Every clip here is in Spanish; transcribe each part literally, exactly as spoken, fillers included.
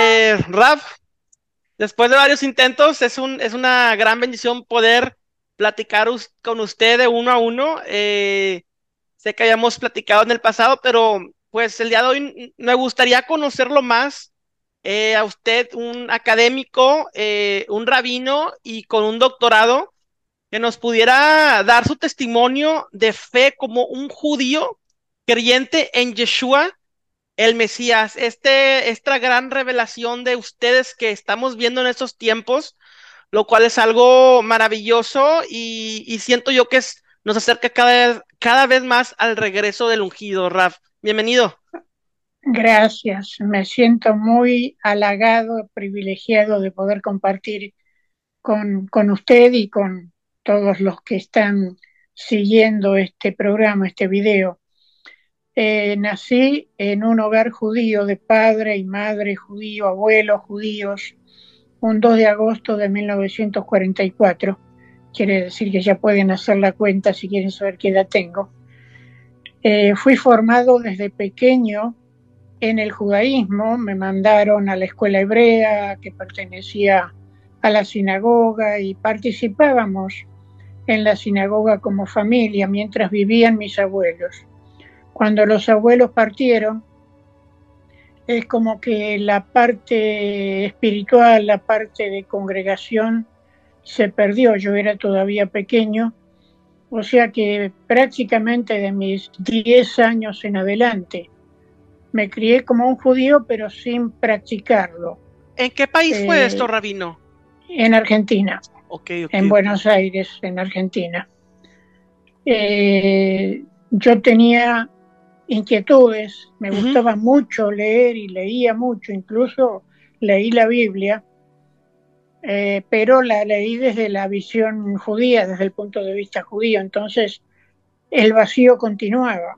eh, Raf, después de varios intentos, es un, es una gran bendición poder platicar us- con usted de uno a uno. Eh, sé que habíamos platicado en el pasado, pero pues el día de hoy me gustaría conocerlo más. Eh, a usted, un académico, eh, un rabino y con un doctorado, que nos pudiera dar su testimonio de fe como un judío creyente en Yeshua el Mesías, este, esta gran revelación de ustedes que estamos viendo en estos tiempos, lo cual es algo maravilloso y, y siento yo que es, nos acerca cada vez, cada vez más al regreso del ungido. Raf, bienvenido. Gracias, me siento muy halagado, privilegiado de poder compartir con, con usted y con todos los que están siguiendo este programa, este video. Eh, nací en un hogar judío de padre y madre judío, abuelos judíos, un dos de agosto de mil novecientos cuarenta y cuatro. Quiere decir que ya pueden hacer la cuenta si quieren saber qué edad tengo. Eh, fui formado desde pequeño en el judaísmo. Me mandaron a la escuela hebrea que pertenecía a la sinagoga y participábamos en la sinagoga como familia mientras vivían mis abuelos. Cuando los abuelos partieron, es como que la parte espiritual, la parte de congregación se perdió. Yo era todavía pequeño, o sea que prácticamente de mis diez años en adelante me crié como un judío, pero sin practicarlo. ¿En qué país fue esto, Eh, Rabino? en Argentina, Ok, ok, en ok. Buenos Aires, en Argentina. Eh, yo tenía inquietudes, me Ujú. gustaba mucho leer y leía mucho, incluso leí la Biblia, eh, pero la leí desde la visión judía, desde el punto de vista judío, entonces el vacío continuaba.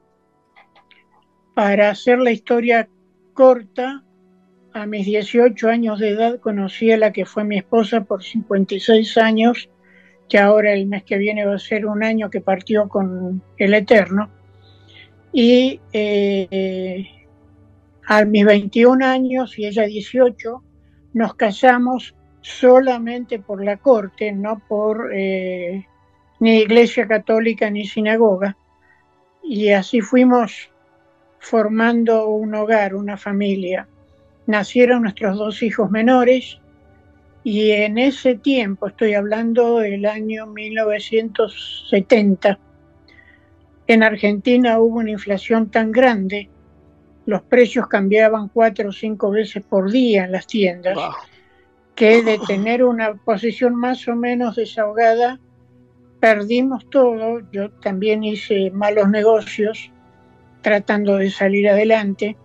Para hacer la historia corta, a mis dieciocho años de edad conocí a la que fue mi esposa por cincuenta y seis años, que ahora el mes que viene va a ser un año que partió con el Eterno. Y eh, a mis veintiún años y ella dieciocho, nos casamos solamente por la corte, no por eh, ni iglesia católica ni sinagoga. Y así fuimos formando un hogar, una familia. Nacieron nuestros dos hijos menores. Y en ese tiempo, estoy hablando del año mil novecientos setenta, en Argentina hubo una inflación tan grande, los precios cambiaban cuatro o cinco veces por día en las tiendas, Wow. que de tener una posición más o menos desahogada, perdimos todo. Yo también hice malos negocios tratando de salir adelante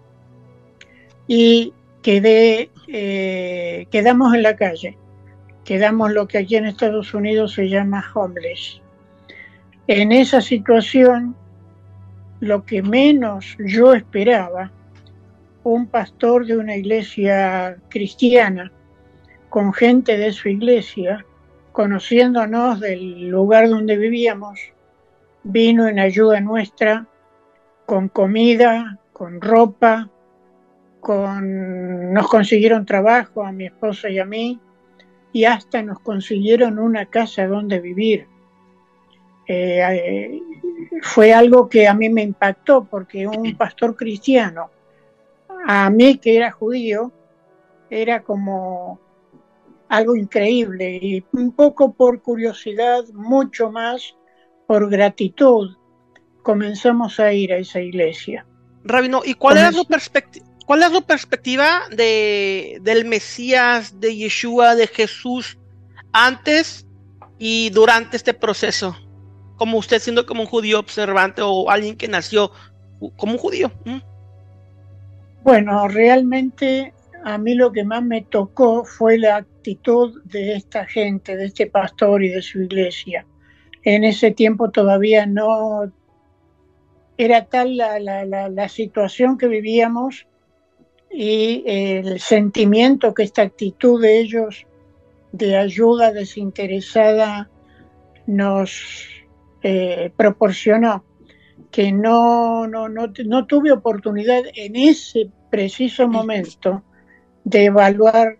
y quedé, eh, quedamos en la calle, quedamos lo que aquí en Estados Unidos se llama homeless. En esa situación, lo que menos yo esperaba, un pastor de una iglesia cristiana, con gente de su iglesia, conociéndonos del lugar donde vivíamos, vino en ayuda nuestra con comida, con ropa, con... nos consiguieron trabajo a mi esposa y a mí, y hasta nos consiguieron una casa donde vivir. Eh, eh, fue algo que a mí me impactó porque un pastor cristiano, a mí que era judío, era como algo increíble y un poco por curiosidad, mucho más por gratitud, comenzamos a ir a esa iglesia. Rabino, ¿y cuál era su Comenz... perspectiva? ¿Cuál es su perspectiva de, del Mesías, de Yeshua, de Jesús, antes y durante este proceso? Como usted siendo como un judío observante o alguien que nació como un judío. ¿Mm? Bueno, realmente a mí lo que más me tocó fue la actitud de esta gente, de este pastor y de su iglesia. En ese tiempo todavía no era tal la, la, la, la situación que vivíamos y el sentimiento que esta actitud de ellos de ayuda desinteresada nos eh, proporcionó, que no, no, no, no tuve oportunidad en ese preciso momento de evaluar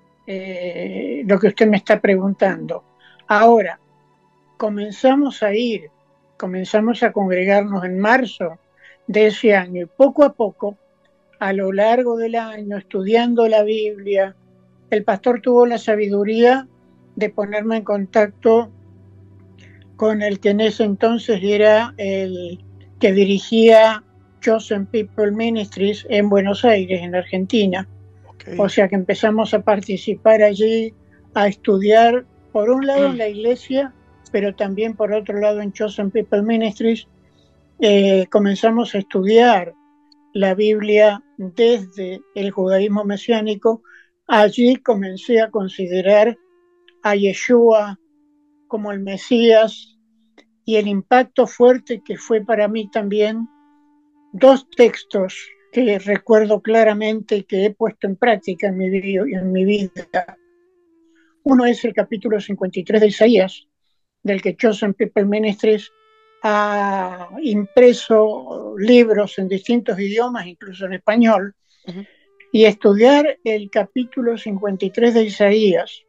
eh, lo que usted me está preguntando. Ahora, comenzamos a ir, comenzamos a congregarnos en marzo de ese año y poco a poco, a lo largo del año, estudiando la Biblia, el pastor tuvo la sabiduría de ponerme en contacto con el que en ese entonces era el que dirigía Chosen People Ministries en Buenos Aires, en Argentina. Okay. O sea que empezamos a participar allí, a estudiar, por un lado en la iglesia, pero también por otro lado en Chosen People Ministries. Eh, comenzamos a estudiar la Biblia desde el judaísmo mesiánico. Allí comencé a considerar a Yeshua como el Mesías, y el impacto fuerte que fue para mí también dos textos que recuerdo claramente y que he puesto en práctica en mi, vida, en mi vida. Uno es el capítulo cincuenta y tres de Isaías, del que Chosen People Ministries ha impreso libros en distintos idiomas, incluso en español, uh-huh. Y estudiar el capítulo cincuenta y tres de Isaías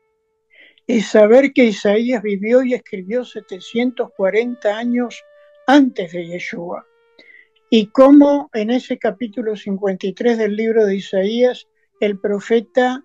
y saber que Isaías vivió y escribió setecientos cuarenta años antes de Yeshua, y cómo en ese capítulo cincuenta y tres del libro de Isaías el profeta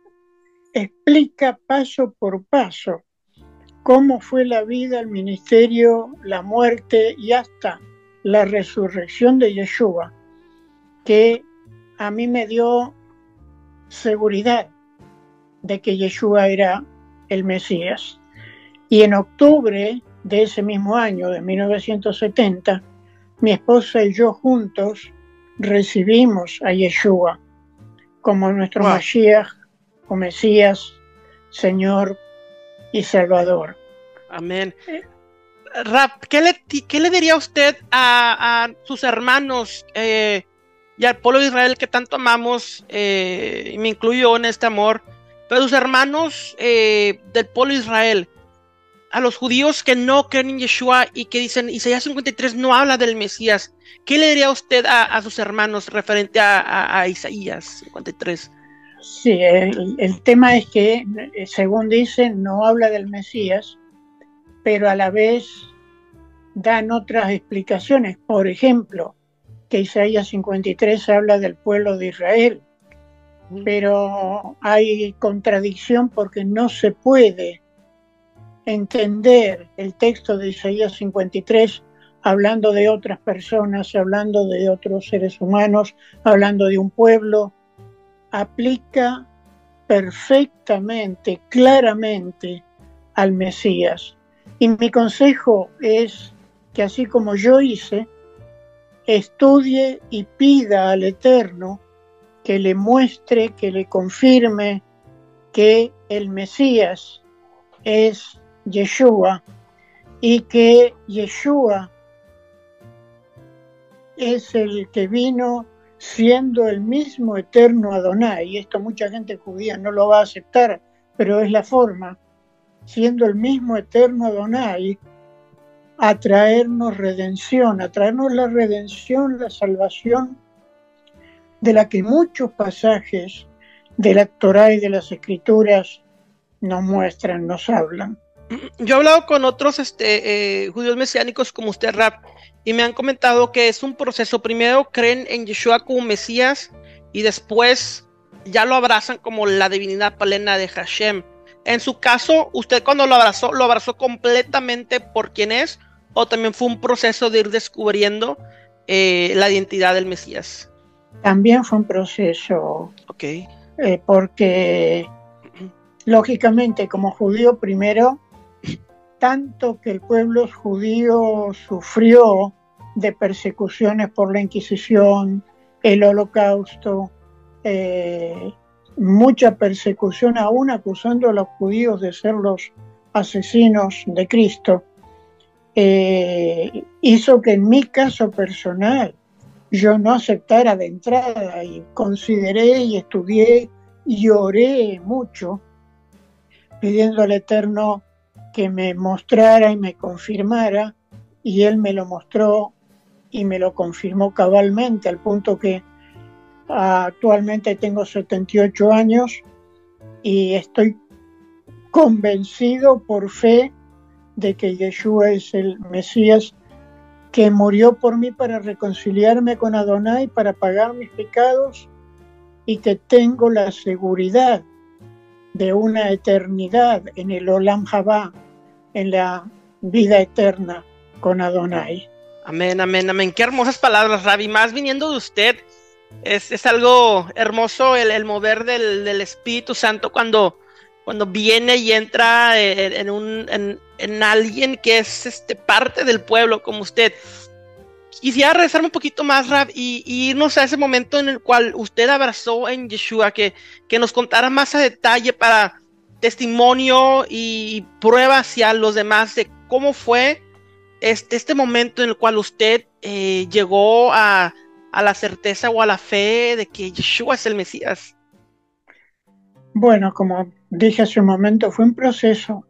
explica paso por paso cómo fue la vida, el ministerio, la muerte y hasta la resurrección de Yeshua, que a mí me dio seguridad de que Yeshua era el Mesías. Y en octubre de ese mismo año, de mil novecientos setenta, mi esposa y yo juntos recibimos a Yeshua como nuestro wow. Mashiach o Mesías, Señor y Salvador. Amén. Rab, ¿qué le, qué le diría usted a, a sus hermanos eh, y al pueblo de Israel que tanto amamos, eh, y me incluyo en este amor, pero sus hermanos eh, del pueblo de Israel, a los judíos que no creen en Yeshua y que dicen Isaías cincuenta y tres no habla del Mesías? ¿Qué le diría usted a, a sus hermanos referente a, a, a Isaías cincuenta y tres? Sí, el, el tema es que, según dicen, no habla del Mesías, pero a la vez dan otras explicaciones. Por ejemplo, que Isaías cincuenta y tres habla del pueblo de Israel, pero hay contradicción porque no se puede entender el texto de Isaías cincuenta y tres hablando de otras personas, hablando de otros seres humanos, hablando de un pueblo. Aplica perfectamente, claramente al Mesías. Y mi consejo es que, así como yo hice, estudie y pida al Eterno que le muestre, que le confirme que el Mesías es Yeshua y que Yeshua es el que vino siendo el mismo eterno Adonai. Y esto mucha gente judía no lo va a aceptar, pero es la forma, siendo el mismo eterno Adonai, a traernos redención, a traernos la redención, la salvación, de la que muchos pasajes de la Torá y de las Escrituras nos muestran, nos hablan. Yo he hablado con otros este, eh, judíos mesiánicos como usted, Rab, y me han comentado que es un proceso. Primero creen en Yeshua como Mesías y después ya lo abrazan como la divinidad plena de Hashem. En su caso, ¿usted cuando lo abrazó, lo abrazó completamente por quien es, o también fue un proceso de ir descubriendo eh, la identidad del Mesías? También fue un proceso, okay. eh, porque lógicamente como judío primero, tanto que el pueblo judío sufrió de persecuciones por la Inquisición, el Holocausto, eh, mucha persecución aún acusando a los judíos de ser los asesinos de Cristo, eh, hizo que en mi caso personal yo no aceptara de entrada, y consideré y estudié y oré mucho pidiendo al Eterno que me mostrara y me confirmara, y Él me lo mostró y me lo confirmó cabalmente, al punto que Actualmente tengo setenta y ocho años y estoy convencido por fe de que Yeshua es el Mesías que murió por mí para reconciliarme con Adonai, para pagar mis pecados, y que tengo la seguridad de una eternidad en el Olam Haba, en la vida eterna con Adonai. Amén, amén, amén. Qué hermosas palabras, Rabbi. Más viniendo de usted, es, es algo hermoso el, el mover del, del Espíritu Santo cuando, cuando viene y entra en, en, un, en, en alguien que es este, parte del pueblo como usted. Quisiera regresarme un poquito más, Rab, y, y irnos a ese momento en el cual usted abrazó en Yeshua, que, que nos contara más a detalle para testimonio y prueba hacia los demás de cómo fue este, este momento en el cual usted eh, llegó a, a la certeza o a la fe de que Yeshua es el Mesías. Bueno, como dije hace un momento, fue un proceso.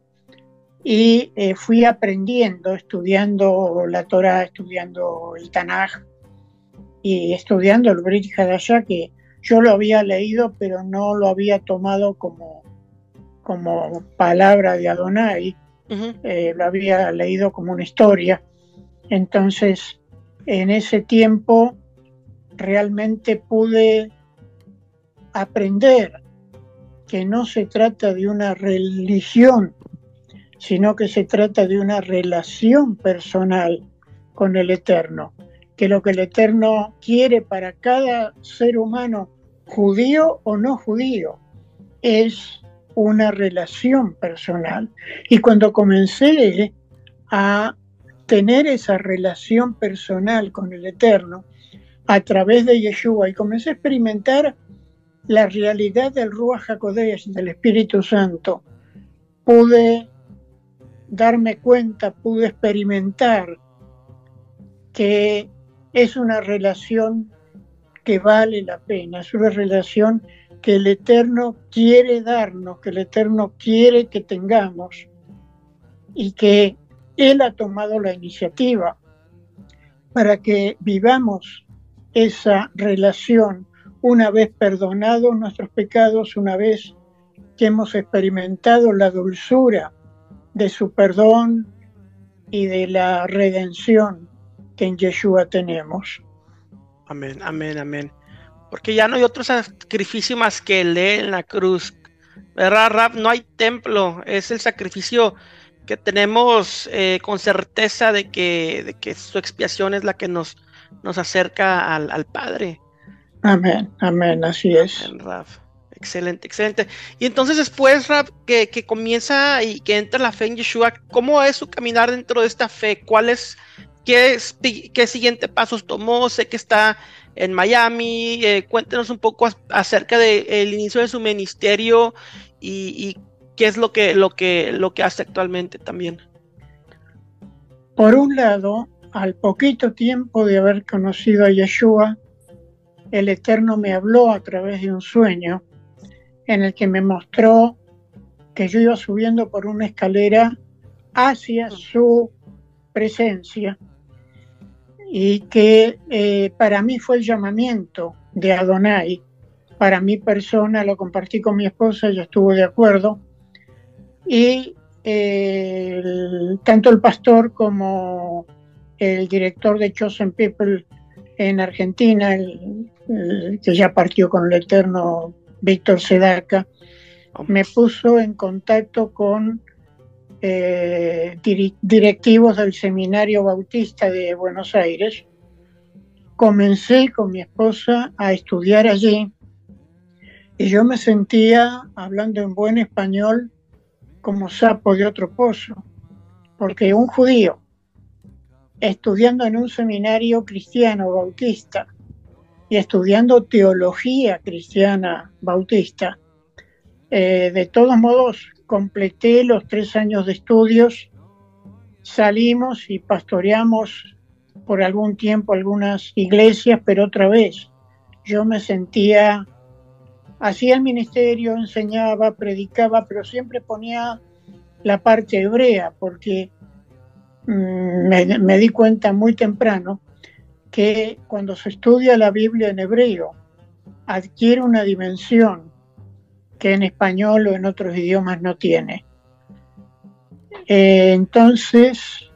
Y eh, fui aprendiendo, estudiando la Torah, estudiando el Tanaj y estudiando el Brit Hadashah, que yo lo había leído, pero no lo había tomado como, como palabra de Adonai. Uh-huh. eh, lo había leído como una historia. Entonces, en ese tiempo, realmente pude aprender que no se trata de una religión, sino que se trata de una relación personal con el Eterno, que lo que el Eterno quiere para cada ser humano, judío o no judío, es una relación personal. Y cuando comencé a tener esa relación personal con el Eterno, a través de Yeshua, y comencé a experimentar la realidad del Ruach HaKodesh, del Espíritu Santo, pude darme cuenta, pude experimentar que es una relación que vale la pena, es una relación que el Eterno quiere darnos, que el Eterno quiere que tengamos, y que Él ha tomado la iniciativa para que vivamos esa relación una vez perdonados nuestros pecados, una vez que hemos experimentado la dulzura de su perdón y de la redención que en Yeshua tenemos. Amén, amén, amén. Porque ya no hay otro sacrificio más que el de en la cruz, ¿verdad, Rab? No hay templo, es el sacrificio que tenemos eh, con certeza de que, de que su expiación es la que nos, nos acerca al, al Padre. Amén, amén, así es. Amén, Rab. Excelente, excelente. Y entonces después, Rab, que, que comienza y que entra la fe en Yeshua, ¿cómo es su caminar dentro de esta fe? ¿Cuál es, qué, es, qué siguientes pasos tomó? Sé que está en Miami. Eh, cuéntenos un poco a, acerca del de inicio de su ministerio y, y qué es lo que, lo, que, lo que hace actualmente también. Por un lado, al poquito tiempo de haber conocido a Yeshua, el Eterno me habló a través de un sueño en el que me mostró que yo iba subiendo por una escalera hacia su presencia, y que eh, para mí fue el llamamiento de Adonai, para mi persona. Lo compartí con mi esposa, ella estuvo de acuerdo, y eh, el, tanto el pastor como el director de Chosen People en Argentina, el, el que ya partió con el Eterno, Víctor Sedaka, me puso en contacto con eh, dir- directivos del Seminario Bautista de Buenos Aires. Comencé con mi esposa a estudiar allí y yo me sentía, hablando en buen español, como sapo de otro pozo, porque un judío estudiando en un seminario cristiano bautista y estudiando teología cristiana bautista, eh, de todos modos completé los tres años de estudios, salimos y pastoreamos por algún tiempo algunas iglesias, pero otra vez yo me sentía, hacía el ministerio, enseñaba, predicaba, pero siempre ponía la parte hebrea, porque mmm, me, me di cuenta muy temprano que cuando se estudia la Biblia en hebreo, adquiere una dimensión que en español o en otros idiomas no tiene. Eh, entonces,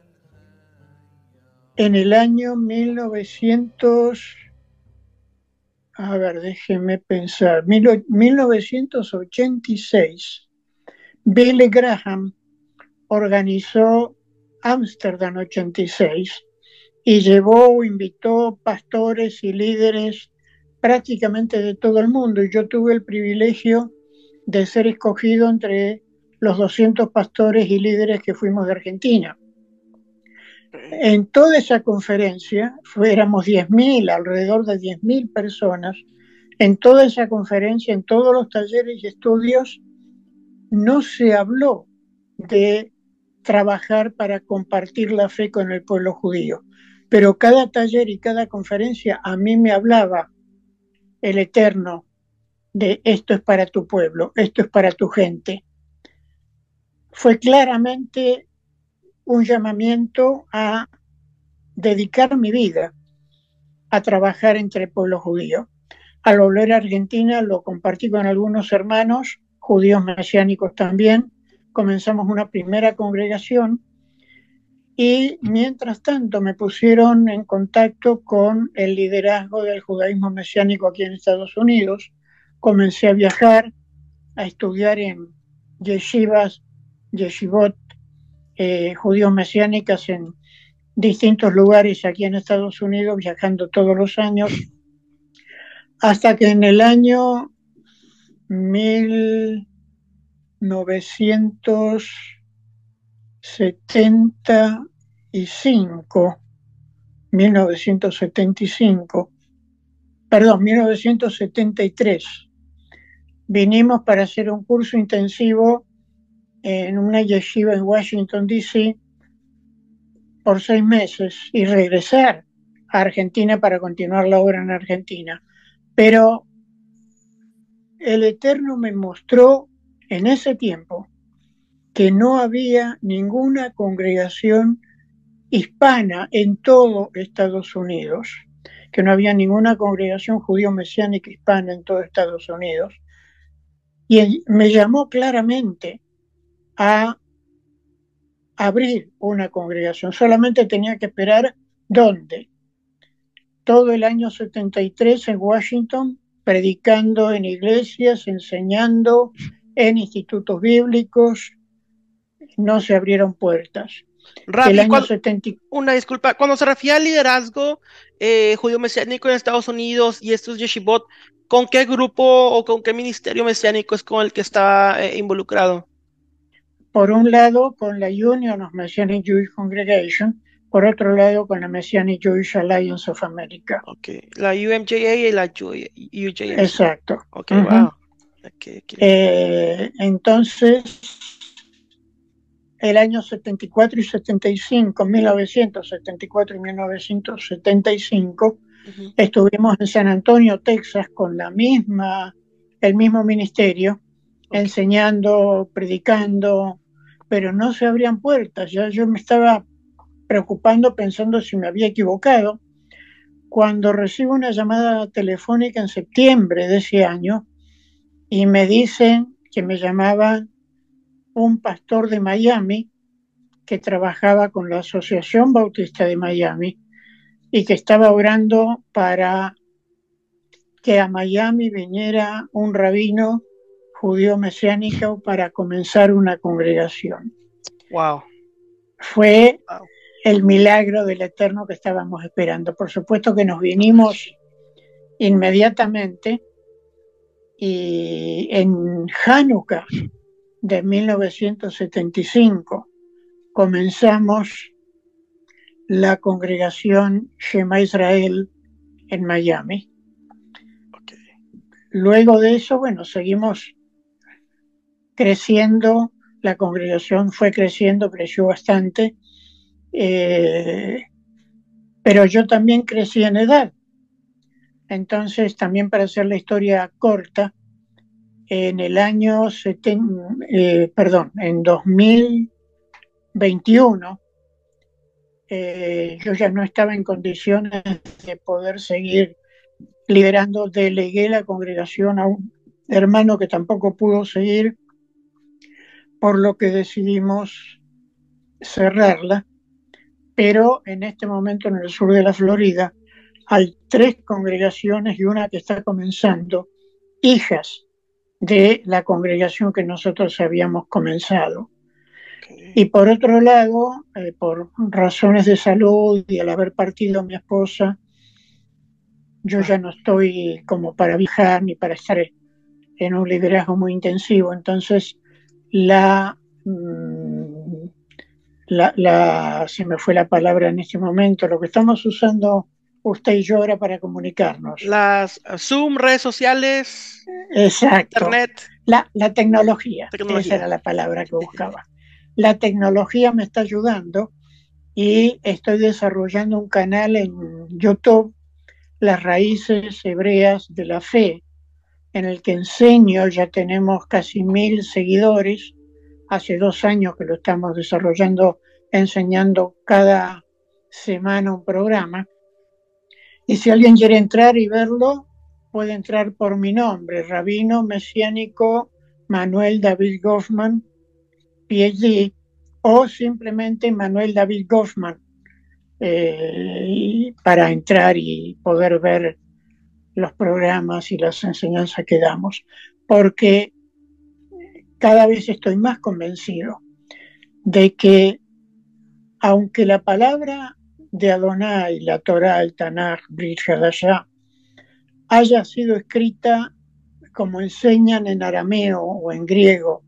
en el año mil novecientos, a ver, déjenme pensar, mil novecientos ochenta y seis, Billy Graham organizó Ámsterdam ochenta y seis y llevó o invitó pastores y líderes prácticamente de todo el mundo. Y yo tuve el privilegio de ser escogido entre los doscientos pastores y líderes que fuimos de Argentina. En toda esa conferencia, éramos diez mil, alrededor de diez mil personas. En toda esa conferencia, en todos los talleres y estudios, no se habló de trabajar para compartir la fe con el pueblo judío. Pero cada taller y cada conferencia a mí me hablaba el Eterno de esto es para tu pueblo, esto es para tu gente. Fue claramente un llamamiento a dedicar mi vida a trabajar entre el pueblo judío. Al volver a Argentina lo compartí con algunos hermanos, judíos mesiánicos también, comenzamos una primera congregación y mientras tanto me pusieron en contacto con el liderazgo del judaísmo mesiánico aquí en Estados Unidos. Comencé a viajar, a estudiar en yeshivas, yeshivot, eh, judíos mesiánicas en distintos lugares aquí en Estados Unidos, viajando todos los años, hasta que en el año mil novecientos setenta y cinco, mil novecientos setenta y cinco, perdón, mil novecientos setenta y tres, vinimos para hacer un curso intensivo en una yeshiva en Washington, D C por seis meses y regresar a Argentina para continuar la obra en Argentina. Pero el Eterno me mostró en ese tiempo que no había ninguna congregación hispana en todo Estados Unidos, que no había ninguna congregación judío-mesiánica hispana en todo Estados Unidos. Y me llamó claramente a abrir una congregación. Solamente tenía que esperar dónde. Todo el año setenta y tres en Washington, predicando en iglesias, enseñando en institutos bíblicos, no se abrieron puertas. Rafi, el año cuando, setenta... una disculpa, cuando se refiere al liderazgo eh, judío mesiánico en Estados Unidos y estos yeshivot, ¿con qué grupo o con qué ministerio mesiánico es con el que está eh, involucrado? Por un lado, con la Union of Messianic Jewish Congregation, por otro lado, con la Messianic Jewish Alliance of America. Okay. La U M J A y la U J M C. Exacto. Ok, uh-huh. Wow. Okay, okay. Eh, entonces, el año setenta y cuatro y setenta y cinco, mil novecientos setenta y cuatro y mil novecientos setenta y cinco, uh-huh. Estuvimos en San Antonio, Texas, con la misma, el mismo ministerio, okay. Enseñando, predicando, pero no se abrían puertas. Ya yo me estaba preocupando, pensando si me había equivocado, cuando recibo una llamada telefónica en septiembre de ese año y me dicen que me llamaban un pastor de Miami que trabajaba con la Asociación Bautista de Miami y que estaba orando para que a Miami viniera un rabino judío mesiánico para comenzar una congregación. Wow. Fue wow. El milagro del Eterno que estábamos esperando. Por supuesto que nos vinimos inmediatamente y en Hanukkah de mil novecientos setenta y cinco comenzamos la congregación Shema Israel en Miami. Okay. Luego de eso, bueno, seguimos creciendo, la congregación fue creciendo, creció bastante, eh, pero yo también crecí en edad. Entonces, también para hacer la historia corta, en el año setenta, eh, perdón, en dos mil veintiuno, eh, yo ya no estaba en condiciones de poder seguir liderando, delegué la congregación a un hermano que tampoco pudo seguir, por lo que decidimos cerrarla. Pero en este momento en el sur de la Florida hay tres congregaciones y una que está comenzando, hijas de la congregación que nosotros habíamos comenzado. Okay. Y por otro lado, eh, por razones de salud y al haber partido mi esposa, yo ya no estoy como para viajar ni para estar en un liderazgo muy intensivo. Entonces, la, la, la, se me fue la palabra en este momento, lo que estamos usando usted y yo ahora para comunicarnos. Las Zoom, redes sociales. Exacto. Internet. La, la tecnología, tecnología, esa era la palabra que buscaba. La tecnología me está ayudando y estoy desarrollando un canal en YouTube, Las Raíces Hebreas de la Fe, en el que enseño, ya tenemos casi mil seguidores, hace dos años que lo estamos desarrollando, enseñando cada semana un programa. Y si alguien quiere entrar y verlo, puede entrar por mi nombre, Rabino Mesiánico Manuel David Goffman, P H D, o simplemente Manuel David Goffman, eh, para entrar y poder ver los programas y las enseñanzas que damos, porque cada vez estoy más convencido de que aunque la palabra de Adonai, la Torah, el Tanaj, Brit Hadashah, haya sido escrita como enseñan en arameo o en griego,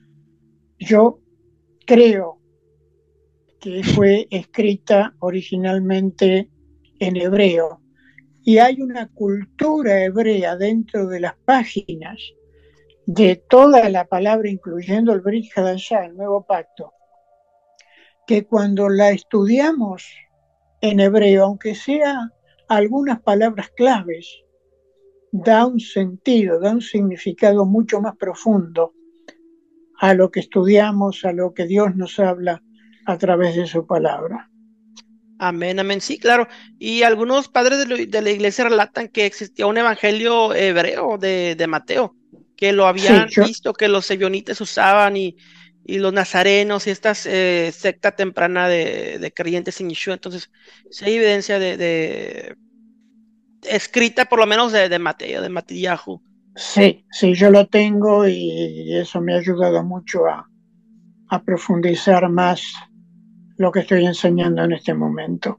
yo creo que fue escrita originalmente en hebreo. Y hay una cultura hebrea dentro de las páginas de toda la palabra, incluyendo el Brit Hadashah, el Nuevo Pacto, que cuando la estudiamos en hebreo, aunque sea algunas palabras claves, da un sentido, da un significado mucho más profundo a lo que estudiamos, a lo que Dios nos habla a través de su palabra. Amén, amén, sí, claro. Y algunos padres de, lo, de la iglesia relatan que existía un evangelio hebreo de, de Mateo, que lo habían sí, yo... visto, que los sebionitas usaban y, y los nazarenos y esta eh, secta temprana de, de creyentes en Yeshua. Entonces, sí hay evidencia de, de escrita por lo menos de, de Mateo, de Matillahu. Sí, sí, yo lo tengo y eso me ha ayudado mucho a, a profundizar más lo que estoy enseñando en este momento.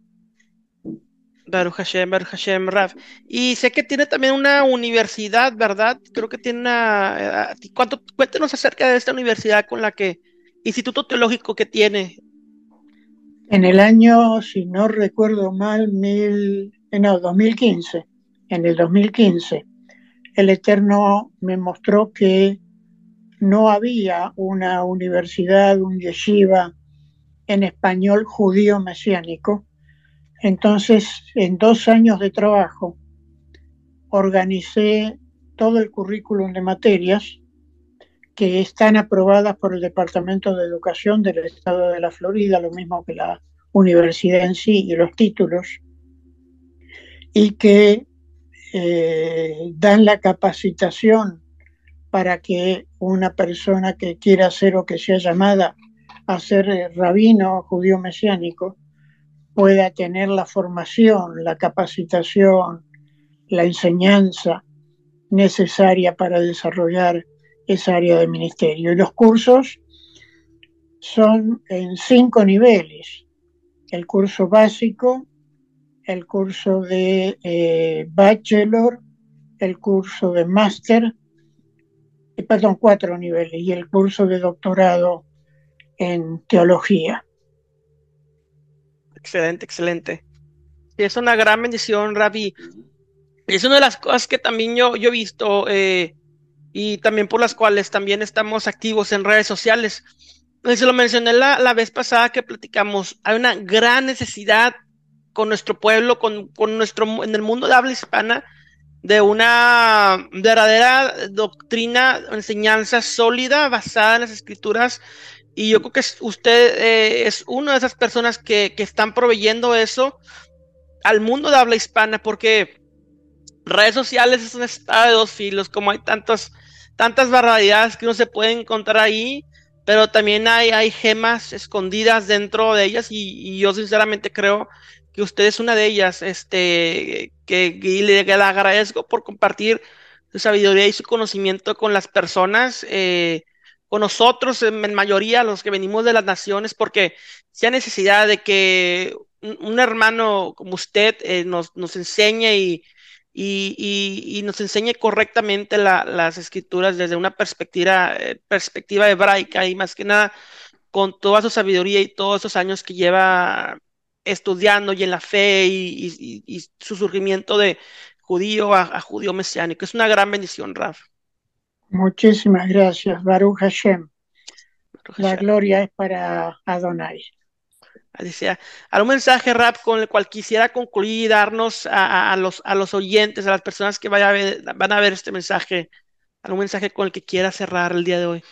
Baruch Hashem, Baruch Hashem, Raf. Y sé que tiene también una universidad, ¿verdad? Creo que tiene una... ¿Cuánto? Cuéntenos acerca de esta universidad con la que... Instituto Teológico que tiene. En el año, si no recuerdo mal, mil, no, dos mil quince. En el dos mil quince, el Eterno me mostró que no había una universidad, un yeshiva en español judío mesiánico. Entonces, en dos años de trabajo, organicé todo el currículum de materias que están aprobadas por el Departamento de Educación del Estado de la Florida, lo mismo que la universidad en sí y los títulos, y que eh, dan la capacitación para que una persona que quiera ser o que sea llamada a ser rabino judío mesiánico pueda tener la formación, la capacitación, la enseñanza necesaria para desarrollar esa área de ministerio. Y los cursos son en cinco niveles: el curso básico, el curso de eh, bachelor, el curso de máster, eh, perdón, cuatro niveles, y el curso de doctorado en teología. Excelente, excelente. Es una gran bendición, Rabbi. Es una de las cosas que también yo, yo he visto eh, y también por las cuales también estamos activos en redes sociales. Se lo mencioné la, la vez pasada que platicamos. Hay una gran necesidad con nuestro pueblo, con, con nuestro, en el mundo de habla hispana, de una verdadera doctrina, enseñanza sólida, basada en las escrituras. Y yo creo que usted eh, es una de esas personas que, que están proveyendo eso al mundo de habla hispana, porque redes sociales es una espada de dos filos, como hay tantos, tantas barbaridades que uno se puede encontrar ahí, pero también hay, hay gemas escondidas dentro de ellas y, y yo sinceramente creo que usted es una de ellas, este, que, que le, que le agradezco por compartir su sabiduría y su conocimiento con las personas, eh, con nosotros, en, en mayoría, los que venimos de las naciones, porque si hay necesidad de que un, un hermano como usted eh, nos, nos enseñe y y, y- y nos enseñe correctamente la- las escrituras desde una perspectiva, eh, perspectiva hebraica y más que nada con toda su sabiduría y todos esos años que lleva estudiando y en la fe y, y- y- y su surgimiento de judío a, a judío mesiánico. Es una gran bendición, Raf. Muchísimas gracias, Baruch Hashem. Baruch La Hashem. gloria es para Adonai. Así sea. ¿Algún mensaje, Rap, con el cual quisiera concluir y darnos a, a- a los, a los oyentes, a las personas que vaya a ver- van a ver este mensaje, algún mensaje con el que quiera cerrar el día de hoy?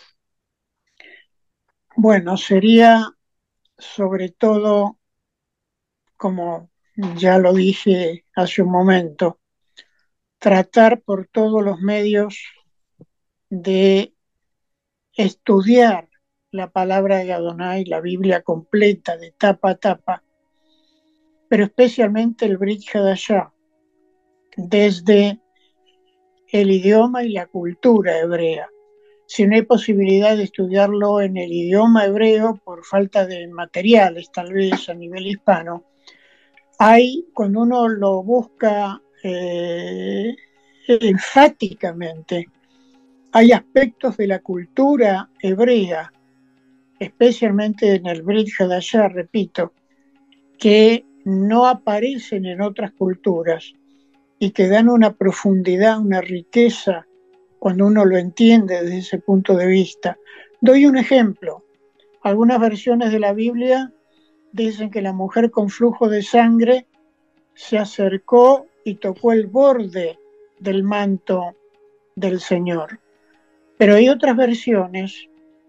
Bueno, sería sobre todo, como ya lo dije hace un momento, tratar por todos los medios de estudiar la palabra de Adonai, la Biblia completa, de tapa a tapa, pero especialmente el Brit Hadashah, desde el idioma y la cultura hebrea. Si no hay posibilidad de estudiarlo en el idioma hebreo por falta de materiales, tal vez a nivel hispano, hay, cuando uno lo busca eh, enfáticamente, hay aspectos de la cultura hebrea, especialmente en el Brit Hadashah, repito, que no aparecen en otras culturas y que dan una profundidad, una riqueza cuando uno lo entiende desde ese punto de vista. Doy un ejemplo. Algunas versiones de la Biblia dicen que la mujer con flujo de sangre se acercó y tocó el borde del manto del Señor. Pero hay otras versiones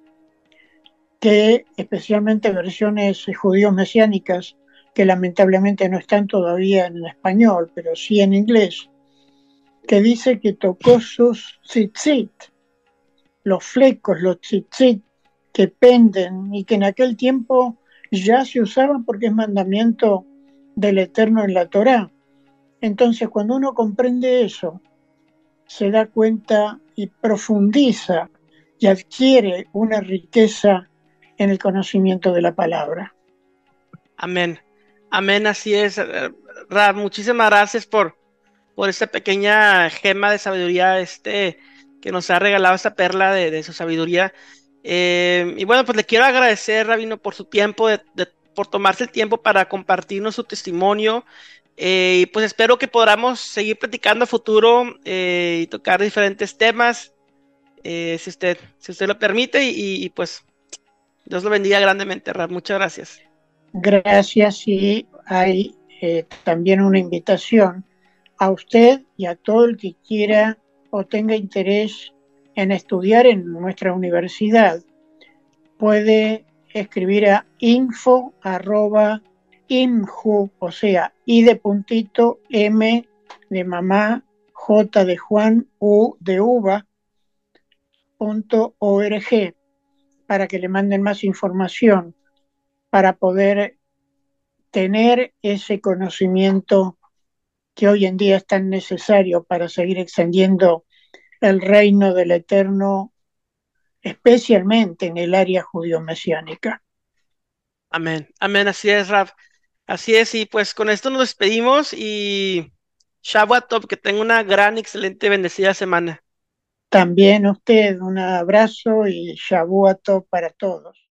que, especialmente versiones judíos mesiánicas, que lamentablemente no están todavía en español, pero sí en inglés, que dice que tocó sus tzitzit, los flecos, los tzitzit que penden y que en aquel tiempo ya se usaban porque es mandamiento del Eterno en la Torá. Entonces, cuando uno comprende eso, se da cuenta y profundiza y adquiere una riqueza en el conocimiento de la palabra. Amén. Amén, así es. eh, Rab, muchísimas gracias por, por esta pequeña gema de sabiduría, este, que nos ha regalado esta perla de, de su sabiduría. Eh, y bueno, pues le quiero agradecer, Rabino, por su tiempo, de- de- por tomarse el tiempo para compartirnos su testimonio. Eh, y pues espero que podamos seguir platicando a futuro eh, y tocar diferentes temas, eh, si usted, si usted lo permite. Y, y, pues Dios lo bendiga grandemente, Rab. Muchas gracias. Gracias y hay eh, también una invitación a usted y a todo el que quiera o tenga interés en estudiar en nuestra universidad. Puede escribir a info arroba imju, o sea, i de puntito, m de mamá, j de Juan, u de uva, punto org, para que le manden más información, para poder tener ese conocimiento que hoy en día es tan necesario para seguir extendiendo el reino del Eterno, especialmente en el área judío-mesiánica. Amén. Amén, así es, Rab. Así es, y pues con esto nos despedimos y Shabbat Tov, que tenga una gran, excelente, bendecida semana. También usted un abrazo y Shavuot para todos.